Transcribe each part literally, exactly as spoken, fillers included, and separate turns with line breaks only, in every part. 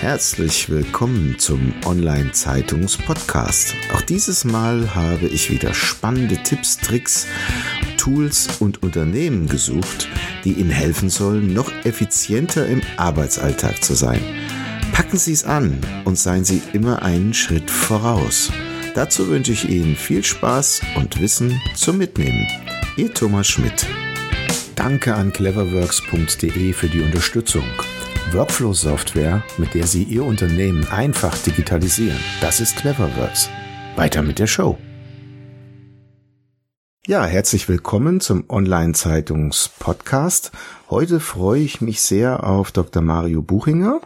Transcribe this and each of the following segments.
Herzlich willkommen zum Online-Zeitungs-Podcast. Auch dieses Mal habe ich wieder spannende Tipps, Tricks, Tools und Unternehmen gesucht, die Ihnen helfen sollen, noch effizienter im Arbeitsalltag zu sein. Packen Sie es an und seien Sie immer einen Schritt voraus. Dazu wünsche ich Ihnen viel Spaß und Wissen zum Mitnehmen. Ihr Thomas Schmidt. Danke an cleverworks punkt de für die Unterstützung. Workflow-Software, mit der Sie Ihr Unternehmen einfach digitalisieren. Das ist Cleverworks. Weiter mit der Show. Ja, herzlich willkommen zum Online-Zeitungs-Podcast. Heute freue ich mich sehr auf Doktor Mario Buchinger.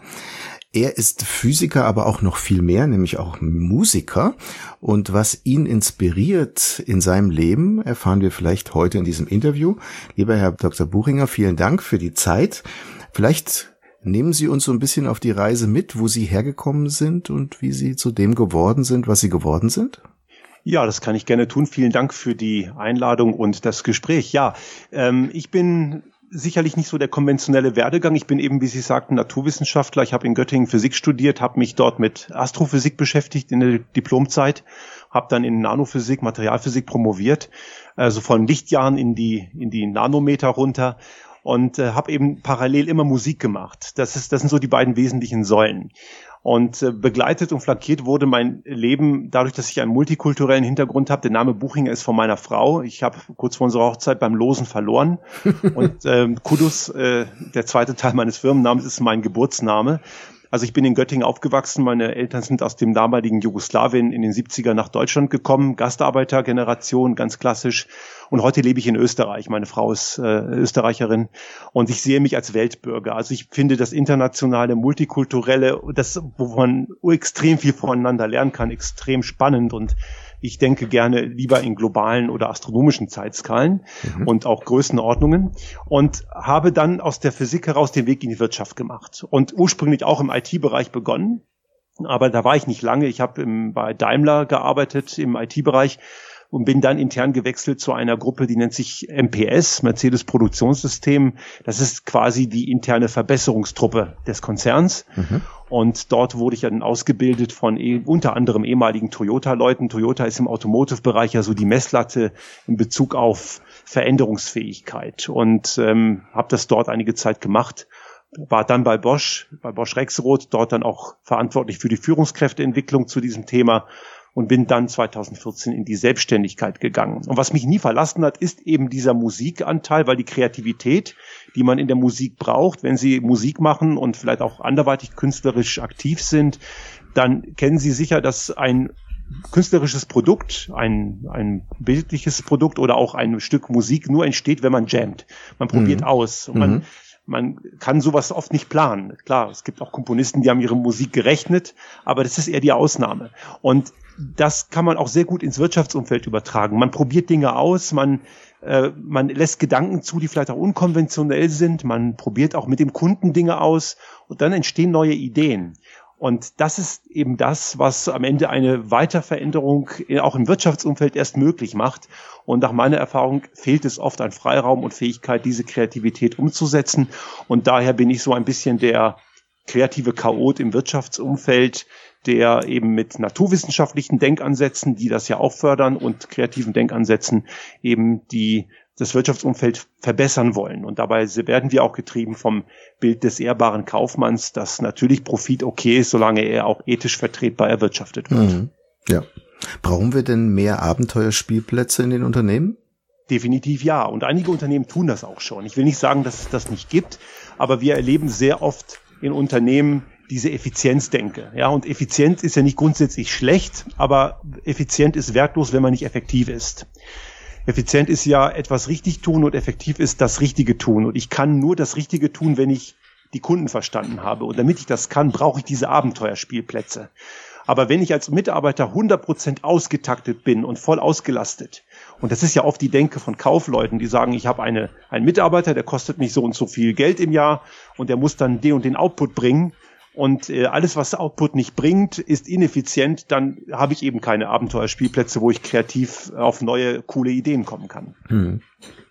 Er ist Physiker, aber auch noch viel mehr, nämlich auch Musiker. Und was ihn inspiriert in seinem Leben, erfahren wir vielleicht heute in diesem Interview. Lieber Herr Doktor Buchinger, vielen Dank für die Zeit. Vielleicht nehmen Sie uns so ein bisschen auf die Reise mit, wo Sie hergekommen sind und wie Sie zu dem geworden sind, was Sie geworden sind?
Ja, das kann ich gerne tun. Vielen Dank für die Einladung und das Gespräch. Ja, ähm, ich bin sicherlich nicht so der konventionelle Werdegang. Ich bin eben, wie Sie sagten, Naturwissenschaftler. Ich habe in Göttingen Physik studiert, habe mich dort mit Astrophysik beschäftigt in der Diplomzeit, habe dann in Nanophysik, Materialphysik promoviert, also von Lichtjahren in die in die Nanometer runter. Und äh, habe eben parallel immer Musik gemacht. Das ist, das sind so die beiden wesentlichen Säulen. Und äh, begleitet und flankiert wurde mein Leben dadurch, dass ich einen multikulturellen Hintergrund habe. Der Name Buchinger ist von meiner Frau. Ich habe kurz vor unserer Hochzeit beim Losen verloren. Und ähm, Kudus, äh, der zweite Teil meines Firmennamens, ist mein Geburtsname. Also ich bin in Göttingen aufgewachsen. Meine Eltern sind aus dem damaligen Jugoslawien in den siebziger nach Deutschland gekommen. Gastarbeitergeneration, ganz klassisch. Und heute lebe ich in Österreich. Meine Frau ist äh, Österreicherin. Und ich sehe mich als Weltbürger. Also ich finde das internationale, multikulturelle, das, wo man extrem viel voneinander lernen kann, extrem spannend. Und ich denke gerne lieber in globalen oder astronomischen Zeitskalen mhm. und auch Größenordnungen und habe dann aus der Physik heraus den Weg in die Wirtschaft gemacht und ursprünglich auch im I T-Bereich begonnen. Aber da war ich nicht lange. Ich habe im, bei Daimler gearbeitet im I T-Bereich und bin dann intern gewechselt zu einer Gruppe, die nennt sich M P S, Mercedes Produktionssystem. Das ist quasi die interne Verbesserungstruppe des Konzerns. Mhm. Und dort wurde ich dann ausgebildet von eh, unter anderem ehemaligen Toyota-Leuten. Toyota ist im Automotive-Bereich ja so die Messlatte in Bezug auf Veränderungsfähigkeit. Und ähm, habe das dort einige Zeit gemacht. War dann bei Bosch, bei Bosch Rexroth, dort dann auch verantwortlich für die Führungskräfteentwicklung zu diesem Thema. Und bin dann zweitausendvierzehn in die Selbstständigkeit gegangen. Und was mich nie verlassen hat, ist eben dieser Musikanteil, weil die Kreativität, die man in der Musik braucht, wenn Sie Musik machen und vielleicht auch anderweitig künstlerisch aktiv sind, dann kennen Sie sicher, dass ein künstlerisches Produkt, ein, ein bildliches Produkt oder auch ein Stück Musik nur entsteht, wenn man jammt. Man probiert mhm. aus. Und man, mhm. Man kann sowas oft nicht planen. Klar, es gibt auch Komponisten, die haben ihre Musik gerechnet, aber das ist eher die Ausnahme. Und das kann man auch sehr gut ins Wirtschaftsumfeld übertragen. Man probiert Dinge aus, man, äh, man lässt Gedanken zu, die vielleicht auch unkonventionell sind. Man probiert auch mit dem Kunden Dinge aus und dann entstehen neue Ideen. Und das ist eben das, was am Ende eine Weiterveränderung auch im Wirtschaftsumfeld erst möglich macht. Und nach meiner Erfahrung fehlt es oft an Freiraum und Fähigkeit, diese Kreativität umzusetzen. Und daher bin ich so ein bisschen der kreative Chaot im Wirtschaftsumfeld, der eben mit naturwissenschaftlichen Denkansätzen, die das ja auch fördern, und kreativen Denkansätzen eben die das Wirtschaftsumfeld verbessern wollen. Und dabei werden wir auch getrieben vom Bild des ehrbaren Kaufmanns, dass natürlich Profit okay ist, solange er auch ethisch vertretbar erwirtschaftet wird.
Mhm. Ja. Brauchen wir denn mehr Abenteuerspielplätze in den Unternehmen?
Definitiv ja. Und einige Unternehmen tun das auch schon. Ich will nicht sagen, dass es das nicht gibt, aber wir erleben sehr oft in Unternehmen diese Effizienzdenke. Ja, und Effizienz ist ja nicht grundsätzlich schlecht, aber effizient ist wertlos, wenn man nicht effektiv ist. Effizient ist ja etwas richtig tun und effektiv ist das Richtige tun. Und ich kann nur das Richtige tun, wenn ich die Kunden verstanden habe. Und damit ich das kann, brauche ich diese Abenteuerspielplätze. Aber wenn ich als Mitarbeiter hundert Prozent ausgetaktet bin und voll ausgelastet, und das ist ja oft die Denke von Kaufleuten, die sagen, ich habe eine, einen Mitarbeiter, der kostet mich so und so viel Geld im Jahr und der muss dann den und den Output bringen. Und äh, alles, was Output nicht bringt, ist ineffizient, dann habe ich eben keine Abenteuerspielplätze, wo ich kreativ auf neue, coole Ideen kommen kann.
Hm.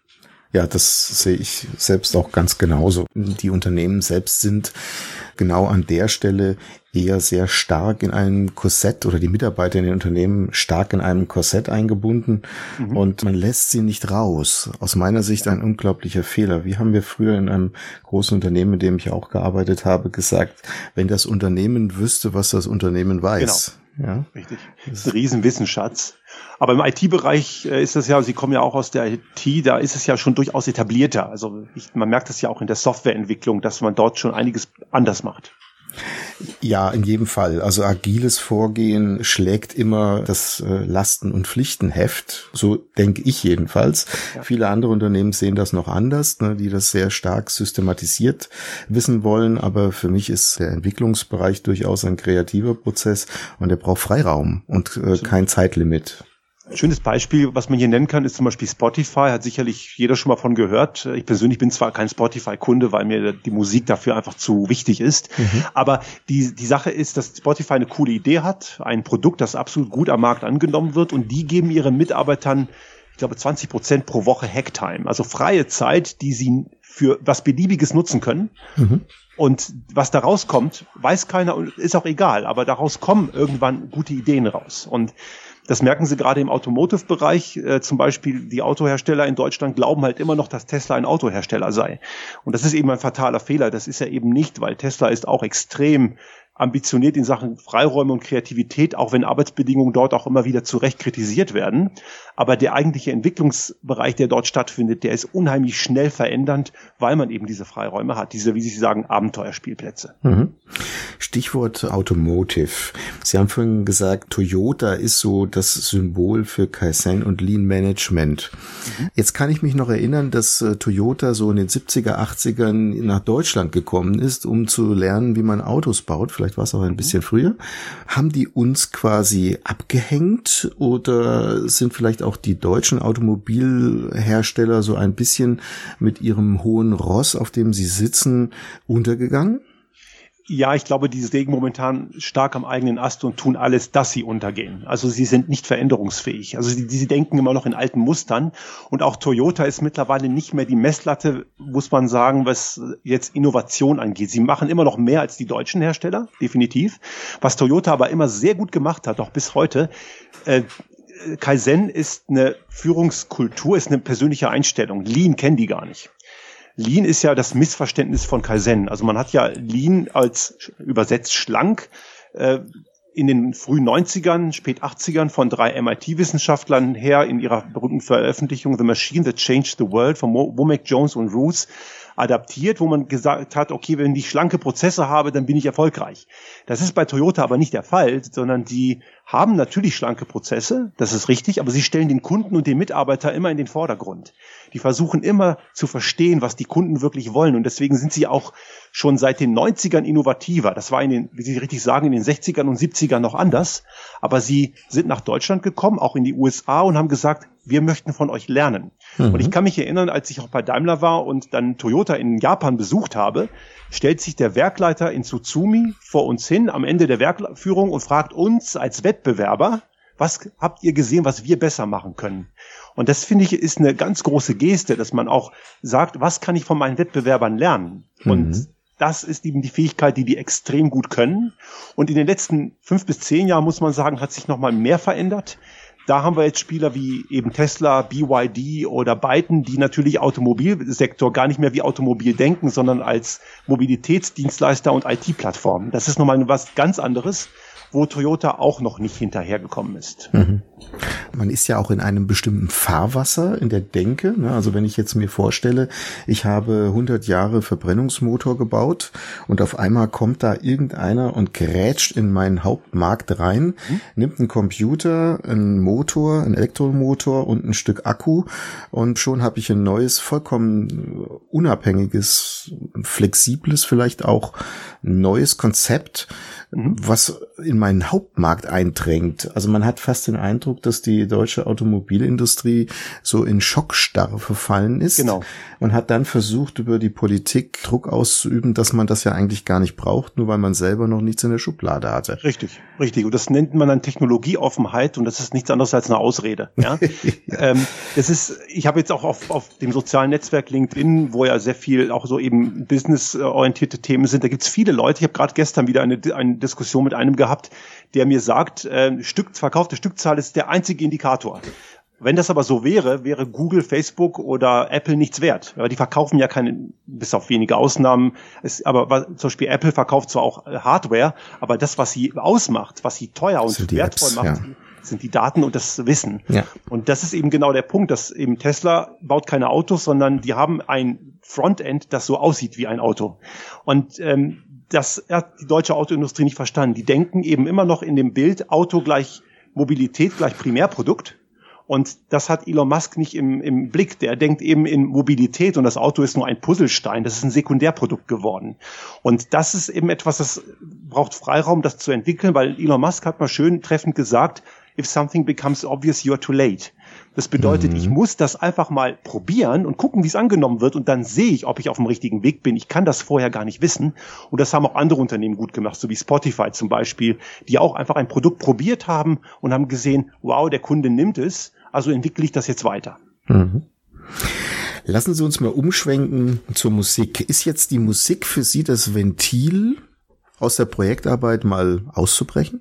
Ja, das sehe ich selbst auch ganz genauso. Die Unternehmen selbst sind genau an der Stelle eher sehr stark in einem Korsett oder die Mitarbeiter in den Unternehmen stark in einem Korsett eingebunden mhm. und man lässt sie nicht raus. Aus meiner Sicht ein unglaublicher Fehler. Wie haben wir früher in einem großen Unternehmen, in dem ich auch gearbeitet habe, gesagt, wenn das Unternehmen wüsste, was das Unternehmen weiß.
Genau. Ja? Richtig. Das ist ein Riesenwissensschatz. Aber im I T-Bereich ist das ja, Sie kommen ja auch aus der I T, da ist es ja schon durchaus etablierter. Also ich, man merkt das ja auch in der Softwareentwicklung, dass man dort schon einiges anders macht.
Ja, in jedem Fall. Also agiles Vorgehen schlägt immer das äh, Lasten- und Pflichtenheft. So denke ich jedenfalls. Ja. Viele andere Unternehmen sehen das noch anders, ne, die das sehr stark systematisiert wissen wollen. Aber für mich ist der Entwicklungsbereich durchaus ein kreativer Prozess und der braucht Freiraum und äh, kein Zeitlimit.
Ein schönes Beispiel, was man hier nennen kann, ist zum Beispiel Spotify. Hat sicherlich jeder schon mal von gehört. Ich persönlich bin zwar kein Spotify-Kunde, weil mir die Musik dafür einfach zu wichtig ist. Mhm. Aber die, die Sache ist, dass Spotify eine coole Idee hat. Ein Produkt, das absolut gut am Markt angenommen wird. Und die geben ihren Mitarbeitern, ich glaube, zwanzig Prozent pro Woche Hacktime. Also freie Zeit, die sie für was Beliebiges nutzen können. Mhm. Und was da rauskommt, weiß keiner und ist auch egal. Aber daraus kommen irgendwann gute Ideen raus. Und das merken Sie gerade im Automotive-Bereich. Äh, zum Beispiel die Autohersteller in Deutschland glauben halt immer noch, dass Tesla ein Autohersteller sei. Und das ist eben ein fataler Fehler. Das ist er eben nicht, weil Tesla ist auch extrem ambitioniert in Sachen Freiräume und Kreativität, auch wenn Arbeitsbedingungen dort auch immer wieder zu Recht kritisiert werden. Aber der eigentliche Entwicklungsbereich, der dort stattfindet, der ist unheimlich schnell verändernd, weil man eben diese Freiräume hat, diese, wie Sie sagen, Abenteuerspielplätze.
Mhm. Stichwort Automotive. Sie haben vorhin gesagt, Toyota ist so das Symbol für Kaizen und Lean Management. Mhm. Jetzt kann ich mich noch erinnern, dass äh, Toyota so in den siebziger, achtzigern nach Deutschland gekommen ist, um zu lernen, wie man Autos baut. Vielleicht war es auch ein bisschen früher. Haben die uns quasi abgehängt oder sind vielleicht auch die deutschen Automobilhersteller so ein bisschen mit ihrem hohen Ross, auf dem sie sitzen, untergegangen?
Ja, ich glaube, die sägen momentan stark am eigenen Ast und tun alles, dass sie untergehen. Also sie sind nicht veränderungsfähig. Also sie, sie denken immer noch in alten Mustern. Und auch Toyota ist mittlerweile nicht mehr die Messlatte, muss man sagen, was jetzt Innovation angeht. Sie machen immer noch mehr als die deutschen Hersteller, definitiv. Was Toyota aber immer sehr gut gemacht hat, auch bis heute, äh, Kaizen ist eine Führungskultur, ist eine persönliche Einstellung. Lean kennen die gar nicht. Lean ist ja das Missverständnis von Kaizen. Also man hat ja Lean als übersetzt schlank äh, in den frühen neunzigern, spät achtzigern von drei M I T-Wissenschaftlern her in ihrer berühmten Veröffentlichung The Machine That Changed the World von Womack, Jones und Roos adaptiert, wo man gesagt hat, okay, wenn ich schlanke Prozesse habe, dann bin ich erfolgreich. Das ist bei Toyota aber nicht der Fall, sondern die haben natürlich schlanke Prozesse, das ist richtig, aber sie stellen den Kunden und den Mitarbeiter immer in den Vordergrund. Die versuchen immer zu verstehen, was die Kunden wirklich wollen und deswegen sind sie auch schon seit den neunzigern innovativer. Das war in den, wie Sie richtig sagen, in den sechzigern und siebzigern noch anders, aber sie sind nach Deutschland gekommen, auch in die U S A und haben gesagt, wir möchten von euch lernen. Mhm. Und ich kann mich erinnern, als ich auch bei Daimler war und dann Toyota in Japan besucht habe, stellt sich der Werkleiter in Tsutsumi vor uns hin am Ende der Werkführung und fragt uns als Wettbewerber, was habt ihr gesehen, was wir besser machen können? Und das, finde ich, ist eine ganz große Geste, dass man auch sagt, was kann ich von meinen Wettbewerbern lernen? Mhm. Und das ist eben die Fähigkeit, die die extrem gut können. Und in den letzten fünf bis zehn Jahren, muss man sagen, hat sich nochmal mehr verändert. Da haben wir jetzt Spieler wie eben Tesla, B Y D oder Byton, die natürlich Automobilsektor gar nicht mehr wie Automobil denken, sondern als Mobilitätsdienstleister und I T-Plattform. Das ist nochmal was ganz anderes, wo Toyota auch noch nicht hinterhergekommen ist.
Mhm. Man ist ja auch in einem bestimmten Fahrwasser in der Denke. Also wenn ich jetzt mir vorstelle, ich habe hundert Jahre Verbrennungsmotor gebaut und auf einmal kommt da irgendeiner und grätscht in meinen Hauptmarkt rein, mhm. nimmt einen Computer, einen Motor, einen Elektromotor und ein Stück Akku und schon habe ich ein neues, vollkommen unabhängiges, flexibles vielleicht auch neues Konzept, mhm. was in meinen Hauptmarkt eindrängt. Also man hat fast den Eindruck, dass die deutsche Automobilindustrie so in Schockstarre verfallen ist.
Genau.
Man hat dann versucht, über die Politik Druck auszuüben, dass man das ja eigentlich gar nicht braucht, nur weil man selber noch nichts in der Schublade hatte.
Richtig, richtig. Und das nennt man dann Technologieoffenheit und das ist nichts anderes als eine Ausrede. Ja? ja. Ähm, das ist, ich habe jetzt auch auf, auf dem sozialen Netzwerk LinkedIn, wo ja sehr viel auch so eben businessorientierte Themen sind, da gibt es viele Leute. Ich habe gerade gestern wieder eine, eine Diskussion mit einem gehabt, der mir sagt, äh, Stück, verkaufte Stückzahl ist der einzige Indikator. Wenn das aber so wäre, wäre Google, Facebook oder Apple nichts wert. Ja, die verkaufen ja keine, bis auf wenige Ausnahmen. Es, aber zum Beispiel Apple verkauft zwar auch Hardware, aber das, was sie ausmacht, was sie teuer und wertvoll
Apps,
macht,
ja.
sind die Daten und das Wissen.
Ja.
Und das ist eben genau der Punkt, dass eben Tesla baut keine Autos, sondern die haben ein Frontend, das so aussieht wie ein Auto. Und ähm, das hat die deutsche Autoindustrie nicht verstanden. Die denken eben immer noch in dem Bild Auto gleich Mobilität gleich Primärprodukt. Und das hat Elon Musk nicht im, im Blick. Der denkt eben in Mobilität und das Auto ist nur ein Puzzlestein. Das ist ein Sekundärprodukt geworden. Und das ist eben etwas, das braucht Freiraum, das zu entwickeln, weil Elon Musk hat mal schön treffend gesagt, if something becomes obvious, you're too late. Das bedeutet, mhm. ich muss das einfach mal probieren und gucken, wie es angenommen wird. Und dann sehe ich, ob ich auf dem richtigen Weg bin. Ich kann das vorher gar nicht wissen. Und das haben auch andere Unternehmen gut gemacht, so wie Spotify zum Beispiel, die auch einfach ein Produkt probiert haben und haben gesehen, wow, der Kunde nimmt es. Also entwickle ich das jetzt weiter.
Mhm. Lassen Sie uns mal umschwenken zur Musik. Ist jetzt die Musik für Sie das Ventil, aus der Projektarbeit mal auszubrechen?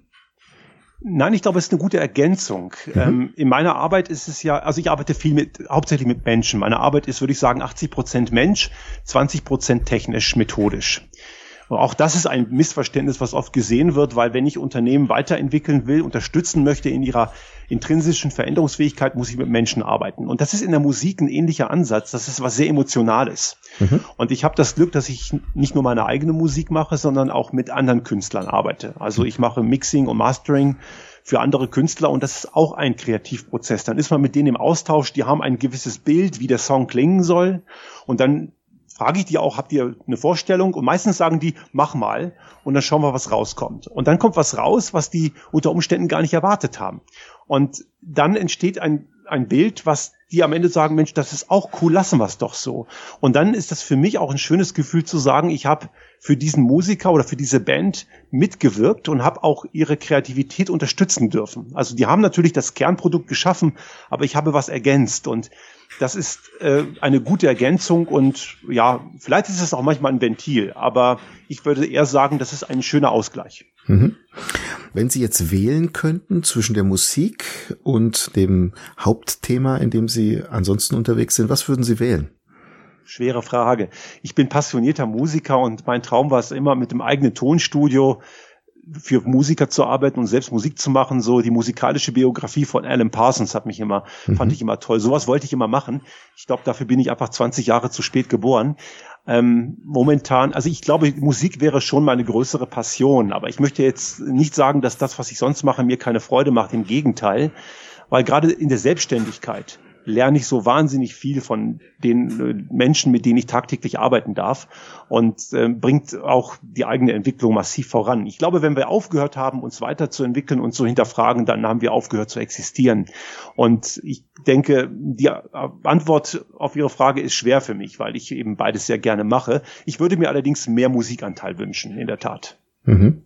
Nein, ich glaube, es ist eine gute Ergänzung. Mhm. Ähm, in meiner Arbeit ist es ja, also ich arbeite viel mit, hauptsächlich mit Menschen. Meine Arbeit ist, würde ich sagen, achtzig Prozent Mensch, zwanzig Prozent technisch, methodisch. Und auch das ist ein Missverständnis, was oft gesehen wird, weil wenn ich Unternehmen weiterentwickeln will, unterstützen möchte in ihrer intrinsischen Veränderungsfähigkeit, muss ich mit Menschen arbeiten. Und das ist in der Musik ein ähnlicher Ansatz. Das ist was sehr Emotionales. Mhm. Und ich habe das Glück, dass ich nicht nur meine eigene Musik mache, sondern auch mit anderen Künstlern arbeite. Also ich mache Mixing und Mastering für andere Künstler und das ist auch ein Kreativprozess. Dann ist man mit denen im Austausch, die haben ein gewisses Bild, wie der Song klingen soll und dann frage ich die auch, habt ihr eine Vorstellung? Und meistens sagen die, mach mal und dann schauen wir, was rauskommt. Und dann kommt was raus, was die unter Umständen gar nicht erwartet haben. Und dann entsteht ein ein Bild, was die am Ende sagen, Mensch, das ist auch cool, lassen wir es doch so. Und dann ist das für mich auch ein schönes Gefühl zu sagen, ich habe für diesen Musiker oder für diese Band mitgewirkt und habe auch ihre Kreativität unterstützen dürfen. Also die haben natürlich das Kernprodukt geschaffen, aber ich habe was ergänzt und das ist äh, eine gute Ergänzung und ja, vielleicht ist es auch manchmal ein Ventil, aber ich würde eher sagen, das ist ein schöner Ausgleich.
Mhm. Wenn Sie jetzt wählen könnten zwischen der Musik und dem Hauptthema, in dem Sie ansonsten unterwegs sind, was würden Sie wählen?
Schwere Frage. Ich bin passionierter Musiker und mein Traum war es immer, mit dem eigenen Tonstudio für Musiker zu arbeiten und selbst Musik zu machen. So die musikalische Biografie von Alan Parsons hat mich immer, mhm. fand ich immer toll. Sowas wollte ich immer machen. Ich glaube, dafür bin ich einfach zwanzig Jahre zu spät geboren. Ähm, momentan, also ich glaube, Musik wäre schon meine größere Passion, aber ich möchte jetzt nicht sagen, dass das, was ich sonst mache, mir keine Freude macht. Im Gegenteil, weil gerade in der Selbstständigkeit lerne ich so wahnsinnig viel von den Menschen, mit denen ich tagtäglich arbeiten darf und äh, bringt auch die eigene Entwicklung massiv voran. Ich glaube, wenn wir aufgehört haben, uns weiterzuentwickeln und zu hinterfragen, dann haben wir aufgehört zu existieren. Und ich denke, die Antwort auf Ihre Frage ist schwer für mich, weil ich eben beides sehr gerne mache. Ich würde mir allerdings mehr Musikanteil wünschen, in der Tat.
Mhm.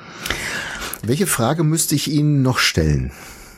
Welche Frage müsste ich Ihnen noch stellen?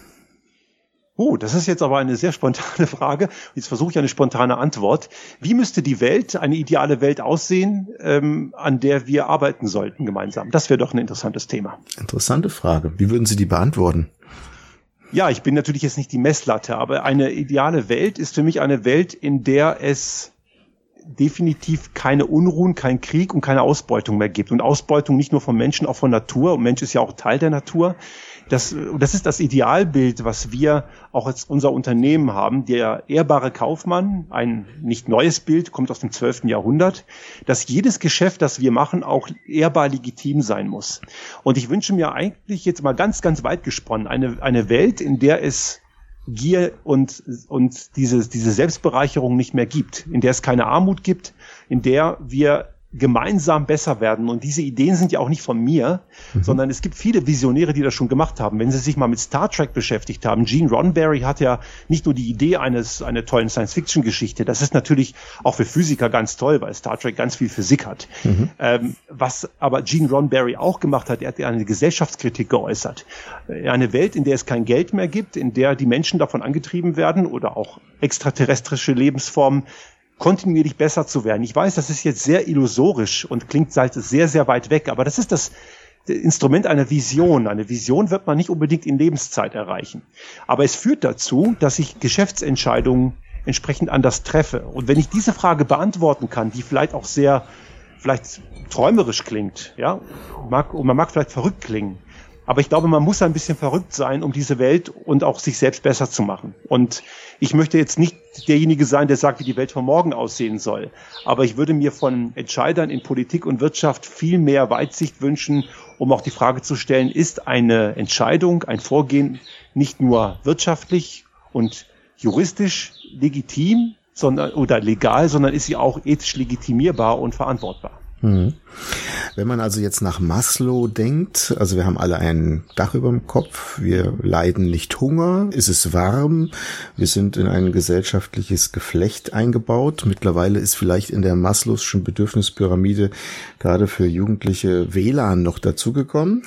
Oh, das ist jetzt aber eine sehr spontane Frage. Jetzt versuche ich eine spontane Antwort. Wie müsste die Welt, eine ideale Welt aussehen, ähm, an der wir arbeiten sollten gemeinsam? Das wäre doch ein interessantes Thema.
Interessante Frage. Wie würden Sie die beantworten?
Ja, ich bin natürlich jetzt nicht die Messlatte, aber eine ideale Welt ist für mich eine Welt, in der es definitiv keine Unruhen, kein Krieg und keine Ausbeutung mehr gibt. Und Ausbeutung nicht nur von Menschen, auch von Natur. Und Mensch ist ja auch Teil der Natur. Das, das ist das Idealbild, was wir auch als unser Unternehmen haben. Der ehrbare Kaufmann, ein nicht neues Bild, kommt aus dem zwölften Jahrhundert, dass jedes Geschäft, das wir machen, auch ehrbar legitim sein muss. Und ich wünsche mir eigentlich jetzt mal ganz, ganz weit gesponnen, eine, eine Welt, in der es Gier und, und diese, diese Selbstbereicherung nicht mehr gibt, in der es keine Armut gibt, in der wir gemeinsam besser werden. Und diese Ideen sind ja auch nicht von mir, mhm. sondern es gibt viele Visionäre, die das schon gemacht haben. Wenn Sie sich mal mit Star Trek beschäftigt haben, Gene Roddenberry hat ja nicht nur die Idee eines einer tollen Science-Fiction-Geschichte, das ist natürlich auch für Physiker ganz toll, weil Star Trek ganz viel Physik hat. Mhm. Ähm, was aber Gene Roddenberry auch gemacht hat, er hat eine Gesellschaftskritik geäußert. Eine Welt, in der es kein Geld mehr gibt, in der die Menschen davon angetrieben werden oder auch extraterrestrische Lebensformen kontinuierlich besser zu werden. Ich weiß, das ist jetzt sehr illusorisch und klingt sehr, sehr weit weg, aber das ist das Instrument einer Vision. Eine Vision wird man nicht unbedingt in Lebenszeit erreichen. Aber es führt dazu, dass ich Geschäftsentscheidungen entsprechend anders treffe. Und wenn ich diese Frage beantworten kann, die vielleicht auch sehr, vielleicht träumerisch klingt, ja, mag, und man mag vielleicht verrückt klingen, aber ich glaube, man muss ein bisschen verrückt sein, um diese Welt und auch sich selbst besser zu machen. Und ich möchte jetzt nicht derjenige sein, der sagt, wie die Welt von morgen aussehen soll. Aber ich würde mir von Entscheidern in Politik und Wirtschaft viel mehr Weitsicht wünschen, um auch die Frage zu stellen, ist eine Entscheidung, ein Vorgehen nicht nur wirtschaftlich und juristisch legitim sondern oder legal, sondern ist sie auch ethisch legitimierbar und verantwortbar.
Hm. Wenn man also jetzt nach Maslow denkt, also wir haben alle ein Dach über dem Kopf, wir leiden nicht Hunger, es ist warm, wir sind in ein gesellschaftliches Geflecht eingebaut. Mittlerweile ist vielleicht in der Maslow'schen Bedürfnispyramide gerade für Jugendliche W L A N noch dazugekommen.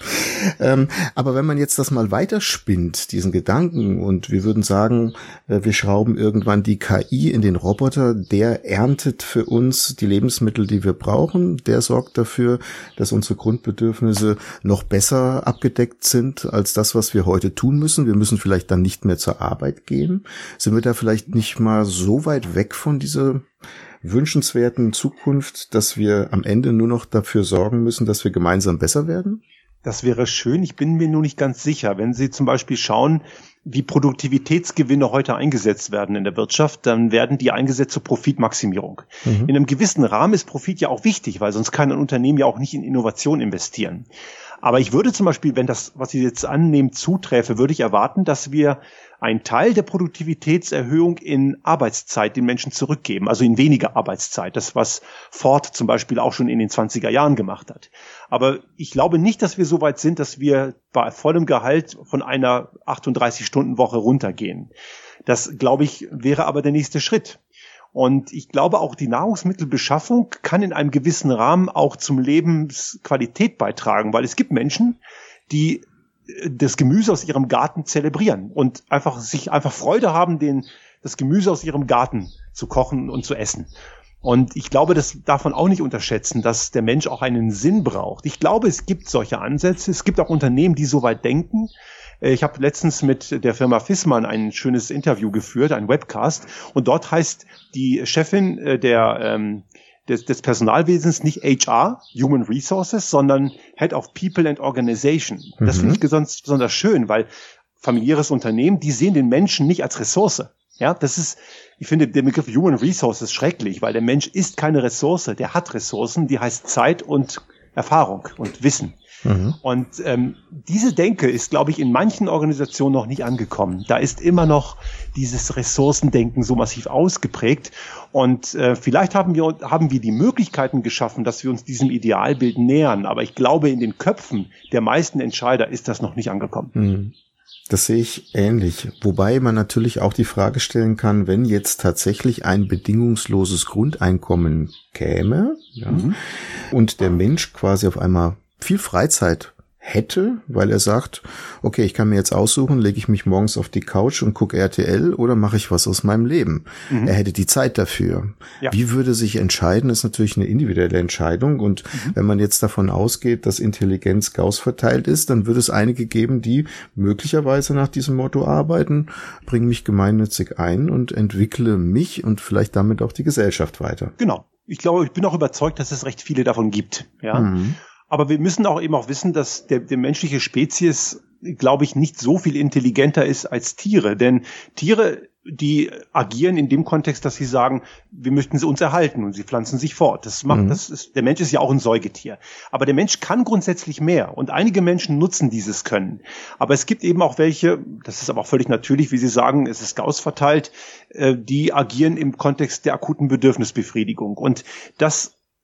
ähm, aber wenn man jetzt das mal weiterspinnt, diesen Gedanken, und wir würden sagen, äh, wir schrauben irgendwann die K I in den Roboter, der erntet für uns die Lebensmittel, die wir brauchen, der sorgt dafür, dass unsere Grundbedürfnisse noch besser abgedeckt sind als das, was wir heute tun müssen. Wir müssen vielleicht dann nicht mehr zur Arbeit gehen. Sind wir da vielleicht nicht mal so weit weg von dieser wünschenswerten Zukunft, dass wir am Ende nur noch dafür sorgen müssen, dass wir gemeinsam besser werden?
Das wäre schön. Ich bin mir nur nicht ganz sicher. Wenn Sie zum Beispiel schauen, wie Produktivitätsgewinne heute eingesetzt werden in der Wirtschaft, dann werden die eingesetzt zur Profitmaximierung. Mhm. In einem gewissen Rahmen ist Profit ja auch wichtig, weil sonst kann ein Unternehmen ja auch nicht in Innovation investieren. Aber ich würde zum Beispiel, wenn das, was Sie jetzt annehmen, zuträfe, würde ich erwarten, dass wir einen Teil der Produktivitätserhöhung in Arbeitszeit den Menschen zurückgeben, also in weniger Arbeitszeit. Das, was Ford zum Beispiel auch schon in den zwanziger Jahren gemacht hat. Aber ich glaube nicht, dass wir so weit sind, dass wir bei vollem Gehalt von einer achtunddreißig-Stunden-Woche runtergehen. Das, glaube ich, wäre aber der nächste Schritt. Und ich glaube auch, die Nahrungsmittelbeschaffung kann in einem gewissen Rahmen auch zum Lebensqualität beitragen, weil es gibt Menschen, die das Gemüse aus ihrem Garten zelebrieren und einfach sich einfach Freude haben, den, das Gemüse aus ihrem Garten zu kochen und zu essen. Und ich glaube, das darf man auch nicht unterschätzen, dass der Mensch auch einen Sinn braucht. Ich glaube, es gibt solche Ansätze. Es gibt auch Unternehmen, die so weit denken. Ich habe letztens mit der Firma Fissmann ein schönes Interview geführt, ein Webcast. Und dort heißt die Chefin der ähm, Des, des Personalwesens nicht H R, Human Resources, sondern Head of People and Organization. Das mhm. finde ich besonders, besonders schön, weil familiäres Unternehmen, die sehen den Menschen nicht als Ressource. Ja, das ist, ich finde den Begriff Human Resources schrecklich, weil der Mensch ist keine Ressource, der hat Ressourcen, die heißt Zeit und Erfahrung und Wissen. Mhm. Und ähm, diese Denke ist, glaube ich, in manchen Organisationen noch nicht angekommen. Da ist immer noch dieses Ressourcendenken so massiv ausgeprägt. Und äh, vielleicht haben wir haben wir die Möglichkeiten geschaffen, dass wir uns diesem Idealbild nähern. Aber ich glaube, in den Köpfen der meisten Entscheider ist das noch nicht angekommen.
Mhm. Das sehe ich ähnlich. Wobei man natürlich auch die Frage stellen kann, wenn jetzt tatsächlich ein bedingungsloses Grundeinkommen käme, ja, mhm. und der Mensch quasi auf einmal viel Freizeit hätte, weil er sagt, okay, ich kann mir jetzt aussuchen, lege ich mich morgens auf die Couch und gucke R T L oder mache ich was aus meinem Leben. Mhm. Er hätte die Zeit dafür. Ja. Wie würde sich entscheiden, ist natürlich eine individuelle Entscheidung. Und mhm. wenn man jetzt davon ausgeht, dass Intelligenz Gauss verteilt ist, dann würde es einige geben, die möglicherweise nach diesem Motto arbeiten, bringe mich gemeinnützig ein und entwickle mich und vielleicht damit auch die Gesellschaft weiter.
Genau. Ich glaube, ich bin auch überzeugt, dass es recht viele davon gibt. Ja. Mhm. Aber wir müssen auch eben auch wissen, dass der, der menschliche Spezies, glaube ich, nicht so viel intelligenter ist als Tiere. Denn Tiere, die agieren in dem Kontext, dass sie sagen, wir möchten sie uns erhalten und sie pflanzen sich fort. Das macht, mhm. das ist, der Mensch ist ja auch ein Säugetier. Aber der Mensch kann grundsätzlich mehr und einige Menschen nutzen dieses Können. Aber es gibt eben auch welche, das ist aber auch völlig natürlich, wie Sie sagen, es ist Gauss verteilt, die agieren im Kontext der akuten Bedürfnisbefriedigung. Und das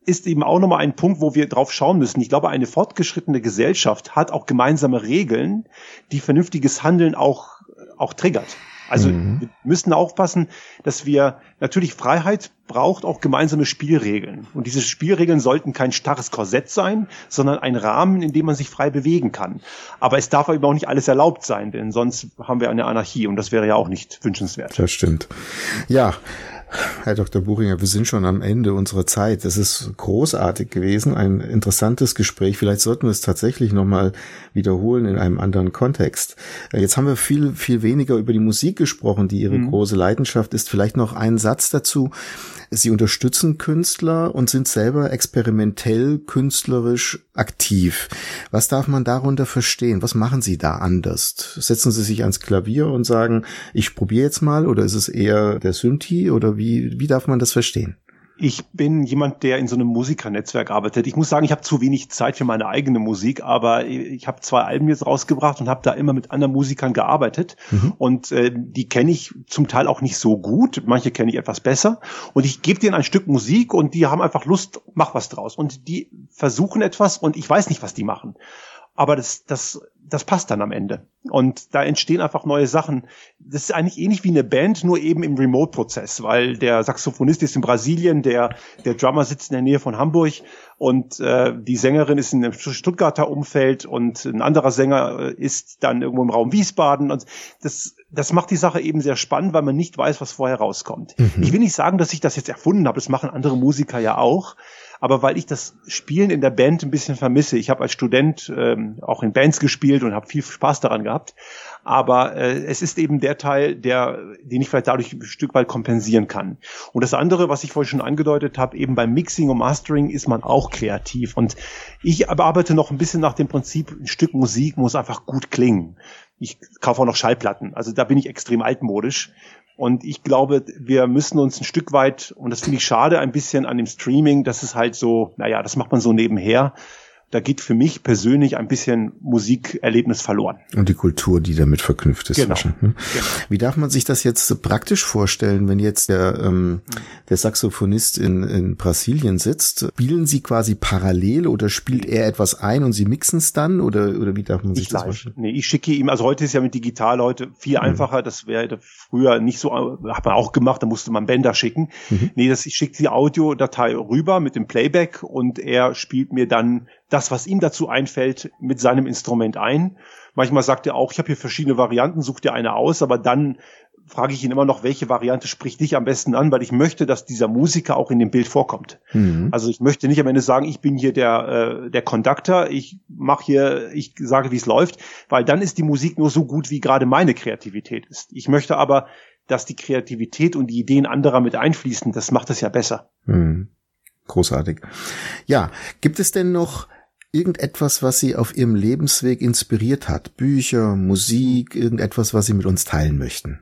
ist eben auch nochmal ein Punkt, wo wir drauf schauen müssen. Ich glaube, eine fortgeschrittene Gesellschaft hat auch gemeinsame Regeln, die vernünftiges Handeln auch, auch triggert. Also mhm. wir müssen aufpassen, dass wir natürlich Freiheit braucht auch gemeinsame Spielregeln. Und diese Spielregeln sollten kein starres Korsett sein, sondern ein Rahmen, in dem man sich frei bewegen kann. Aber es darf eben auch nicht alles erlaubt sein, denn sonst haben wir eine Anarchie und das wäre ja auch nicht wünschenswert.
Das stimmt. Ja. Herr Doktor Buchinger, wir sind schon am Ende unserer Zeit. Das ist großartig gewesen, ein interessantes Gespräch. Vielleicht sollten wir es tatsächlich nochmal wiederholen in einem anderen Kontext. Jetzt haben wir viel, viel weniger über die Musik gesprochen, die Ihre mhm. große Leidenschaft ist. Vielleicht noch ein Satz dazu. Sie unterstützen Künstler und sind selber experimentell künstlerisch aktiv. Was darf man darunter verstehen? Was machen Sie da anders? Setzen Sie sich ans Klavier und sagen, ich probiere jetzt mal, oder ist es eher der Synthi, oder wie, wie darf man das verstehen?
Ich bin jemand, der in so einem Musikernetzwerk arbeitet. Ich muss sagen, ich habe zu wenig Zeit für meine eigene Musik, aber ich habe zwei Alben jetzt rausgebracht und habe da immer mit anderen Musikern gearbeitet. Mhm. Und äh, die kenne ich zum Teil auch nicht so gut. Manche kenne ich etwas besser. Und ich gebe denen ein Stück Musik und die haben einfach Lust, mach was draus. Und die versuchen etwas und ich weiß nicht, was die machen. Aber das, das, das passt dann am Ende. Und da entstehen einfach neue Sachen. Das ist eigentlich ähnlich wie eine Band, nur eben im Remote-Prozess, weil der Saxophonist ist in Brasilien, der, der Drummer sitzt in der Nähe von Hamburg und äh, die Sängerin ist in einem Stuttgarter Umfeld und ein anderer Sänger äh, ist dann irgendwo im Raum Wiesbaden. Und das, das macht die Sache eben sehr spannend, weil man nicht weiß, was vorher rauskommt. Mhm. Ich will nicht sagen, dass ich das jetzt erfunden habe. Das machen andere Musiker ja auch. Aber weil ich das Spielen in der Band ein bisschen vermisse. Ich habe als Student ähm, auch in Bands gespielt und habe viel Spaß daran gehabt. Aber äh, es ist eben der Teil, der, den ich vielleicht dadurch ein Stück weit kompensieren kann. Und das andere, was ich vorhin schon angedeutet habe, eben beim Mixing und Mastering ist man auch kreativ. Und ich arbeite noch ein bisschen nach dem Prinzip, ein Stück Musik muss einfach gut klingen. Ich kaufe auch noch Schallplatten. Also da bin ich extrem altmodisch. Und ich glaube, wir müssen uns ein Stück weit, und das finde ich schade, ein bisschen an dem Streaming, das ist halt so, naja, das macht man so nebenher. Da geht für mich persönlich ein bisschen Musikerlebnis verloren.
Und die Kultur, die damit verknüpft ist.
Genau.
Hm? Genau. Wie darf man sich das jetzt praktisch vorstellen, wenn jetzt der, ähm, der Saxophonist in, in Brasilien sitzt? Spielen Sie quasi parallel oder spielt er etwas ein und Sie mixen es dann? Oder, oder wie darf man sich
ich
das
live.
vorstellen?
Nee, ich schicke ihm, also heute ist ja mit digital heute viel mhm. einfacher. Das wäre früher nicht so, hat man auch gemacht, da musste man Bänder schicken. Mhm. Nee, das, ich schicke die Audiodatei rüber mit dem Playback und er spielt mir dann das, was ihm dazu einfällt, mit seinem Instrument ein. Manchmal sagt er auch, ich habe hier verschiedene Varianten, such dir eine aus, aber dann frage ich ihn immer noch, welche Variante spricht dich am besten an, weil ich möchte, dass dieser Musiker auch in dem Bild vorkommt. Mhm. Also ich möchte nicht am Ende sagen, ich bin hier der äh, der Conductor, ich mache hier, ich sage, wie es läuft, weil dann ist die Musik nur so gut, wie gerade meine Kreativität ist. Ich möchte aber, dass die Kreativität und die Ideen anderer mit einfließen, das macht es ja besser.
Mhm. Großartig. Ja, gibt es denn noch irgendetwas, was Sie auf Ihrem Lebensweg inspiriert hat? Bücher, Musik, irgendetwas, was Sie mit uns teilen möchten?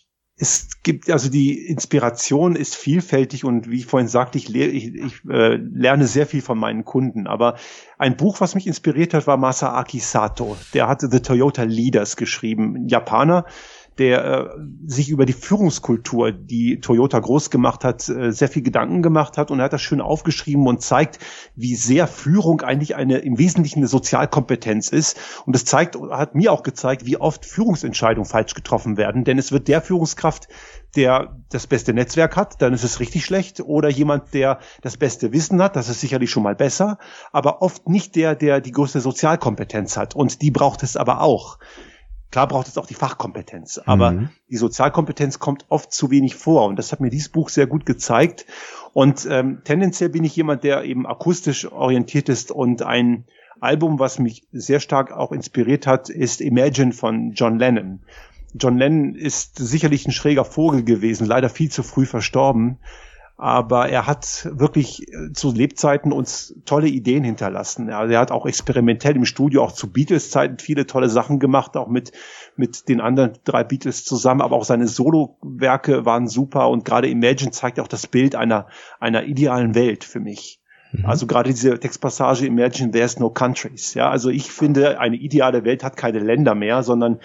Es gibt, also die Inspiration ist vielfältig und wie ich vorhin sagte, ich, le- ich, ich äh, lerne sehr viel von meinen Kunden. Aber ein Buch, was mich inspiriert hat, war Masaaki Sato. Der hatte The Toyota Leaders geschrieben, ein Japaner, der äh, sich über die Führungskultur, die Toyota groß gemacht hat, äh, sehr viel Gedanken gemacht hat und er hat das schön aufgeschrieben und zeigt, wie sehr Führung eigentlich eine im Wesentlichen eine Sozialkompetenz ist. Und es zeigt, hat mir auch gezeigt, wie oft Führungsentscheidungen falsch getroffen werden, denn es wird der Führungskraft, der das beste Netzwerk hat, dann ist es richtig schlecht, oder jemand, der das beste Wissen hat, das ist sicherlich schon mal besser, aber oft nicht der, der die größte Sozialkompetenz hat und die braucht es aber auch. Klar braucht es auch die Fachkompetenz, aber mhm. die Sozialkompetenz kommt oft zu wenig vor und das hat mir dieses Buch sehr gut gezeigt und ähm, tendenziell bin ich jemand, der eben akustisch orientiert ist und ein Album, was mich sehr stark auch inspiriert hat, ist Imagine von John Lennon. John Lennon ist sicherlich ein schräger Vogel gewesen, leider viel zu früh verstorben. Aber er hat wirklich zu Lebzeiten uns tolle Ideen hinterlassen. Er, er hat auch experimentell im Studio auch zu Beatles-Zeiten viele tolle Sachen gemacht, auch mit mit den anderen drei Beatles zusammen. Aber auch seine Solo-Werke waren super und gerade Imagine zeigt auch das Bild einer einer idealen Welt für mich. Mhm. Also gerade diese Textpassage Imagine there's no countries. Ja, also ich finde, eine ideale Welt hat keine Länder mehr, sondern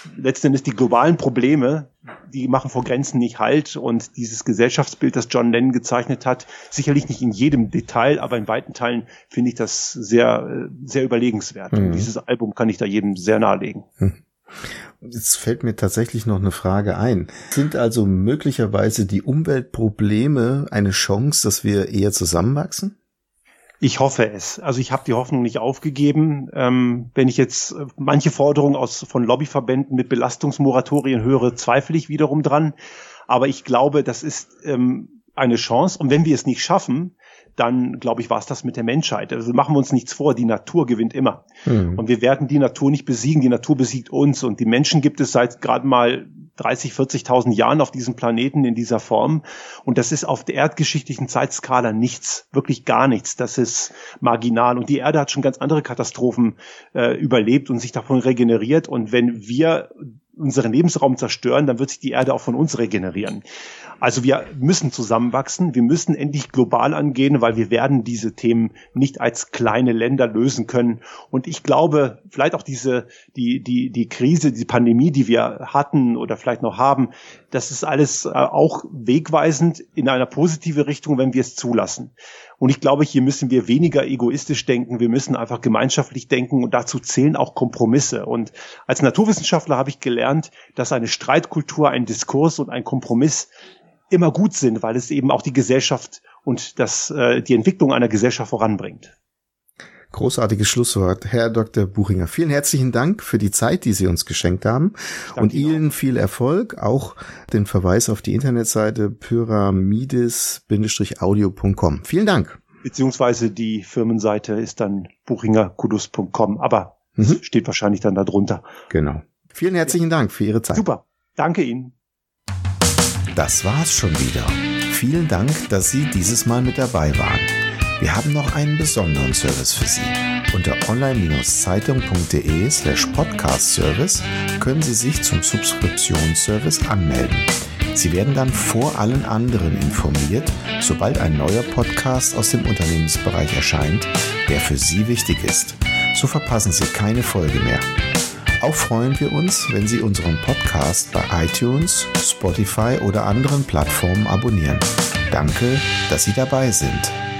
letzten Endes die globalen Probleme, die machen vor Grenzen nicht Halt, und dieses Gesellschaftsbild, das John Lennon gezeichnet hat, sicherlich nicht in jedem Detail, aber in weiten Teilen finde ich das sehr, sehr überlegenswert. Mhm. Und dieses Album kann ich da jedem sehr nahelegen.
Mhm. Jetzt fällt mir tatsächlich noch eine Frage ein. Sind also möglicherweise die Umweltprobleme eine Chance, dass wir eher zusammenwachsen?
Ich hoffe es. Also ich habe die Hoffnung nicht aufgegeben. Ähm, wenn ich jetzt manche Forderungen aus von Lobbyverbänden mit Belastungsmoratorien höre, zweifle ich wiederum dran. Aber ich glaube, das ist ähm, eine Chance. Und wenn wir es nicht schaffen, dann, glaube ich, war es das mit der Menschheit. Also machen wir uns nichts vor, die Natur gewinnt immer. Mhm. Und wir werden die Natur nicht besiegen, die Natur besiegt uns. Und die Menschen gibt es seit gerade mal dreißig, vierzigtausend Jahren auf diesem Planeten in dieser Form. Und das ist auf der erdgeschichtlichen Zeitskala nichts, wirklich gar nichts. Das ist marginal. Und die Erde hat schon ganz andere Katastrophen äh, überlebt und sich davon regeneriert. Und wenn wir unseren Lebensraum zerstören, dann wird sich die Erde auch von uns regenerieren. Also wir müssen zusammenwachsen, wir müssen endlich global angehen, weil wir werden diese Themen nicht als kleine Länder lösen können. Und ich glaube, vielleicht auch diese, die, die, die Krise, die Pandemie, die wir hatten oder vielleicht noch haben, das ist alles auch wegweisend in eine positive Richtung, wenn wir es zulassen. Und ich glaube, hier müssen wir weniger egoistisch denken, wir müssen einfach gemeinschaftlich denken, und dazu zählen auch Kompromisse. Und als Naturwissenschaftler habe ich gelernt, dass eine Streitkultur, ein Diskurs und ein Kompromiss immer gut sind, weil es eben auch die Gesellschaft und das, äh, die Entwicklung einer Gesellschaft voranbringt.
Großartiges Schlusswort, Herr Doktor Buchinger. Vielen herzlichen Dank für die Zeit, die Sie uns geschenkt haben. Und Ihnen auch viel Erfolg. Auch den Verweis auf die Internetseite pyramidis Audio Punkt com. Vielen Dank.
Beziehungsweise die Firmenseite ist dann buchinger kudus Punkt com, aber mhm. es steht wahrscheinlich dann da drunter.
Genau. Vielen herzlichen ja. Dank für Ihre Zeit.
Super. Danke Ihnen.
Das war's schon wieder. Vielen Dank, dass Sie dieses Mal mit dabei waren. Wir haben noch einen besonderen Service für Sie. Unter online-zeitung.de slash podcast-service können Sie sich zum Subskriptionsservice anmelden. Sie werden dann vor allen anderen informiert, sobald ein neuer Podcast aus dem Unternehmensbereich erscheint, der für Sie wichtig ist. So verpassen Sie keine Folge mehr. Auch freuen wir uns, wenn Sie unseren Podcast bei iTunes, Spotify oder anderen Plattformen abonnieren. Danke, dass Sie dabei sind.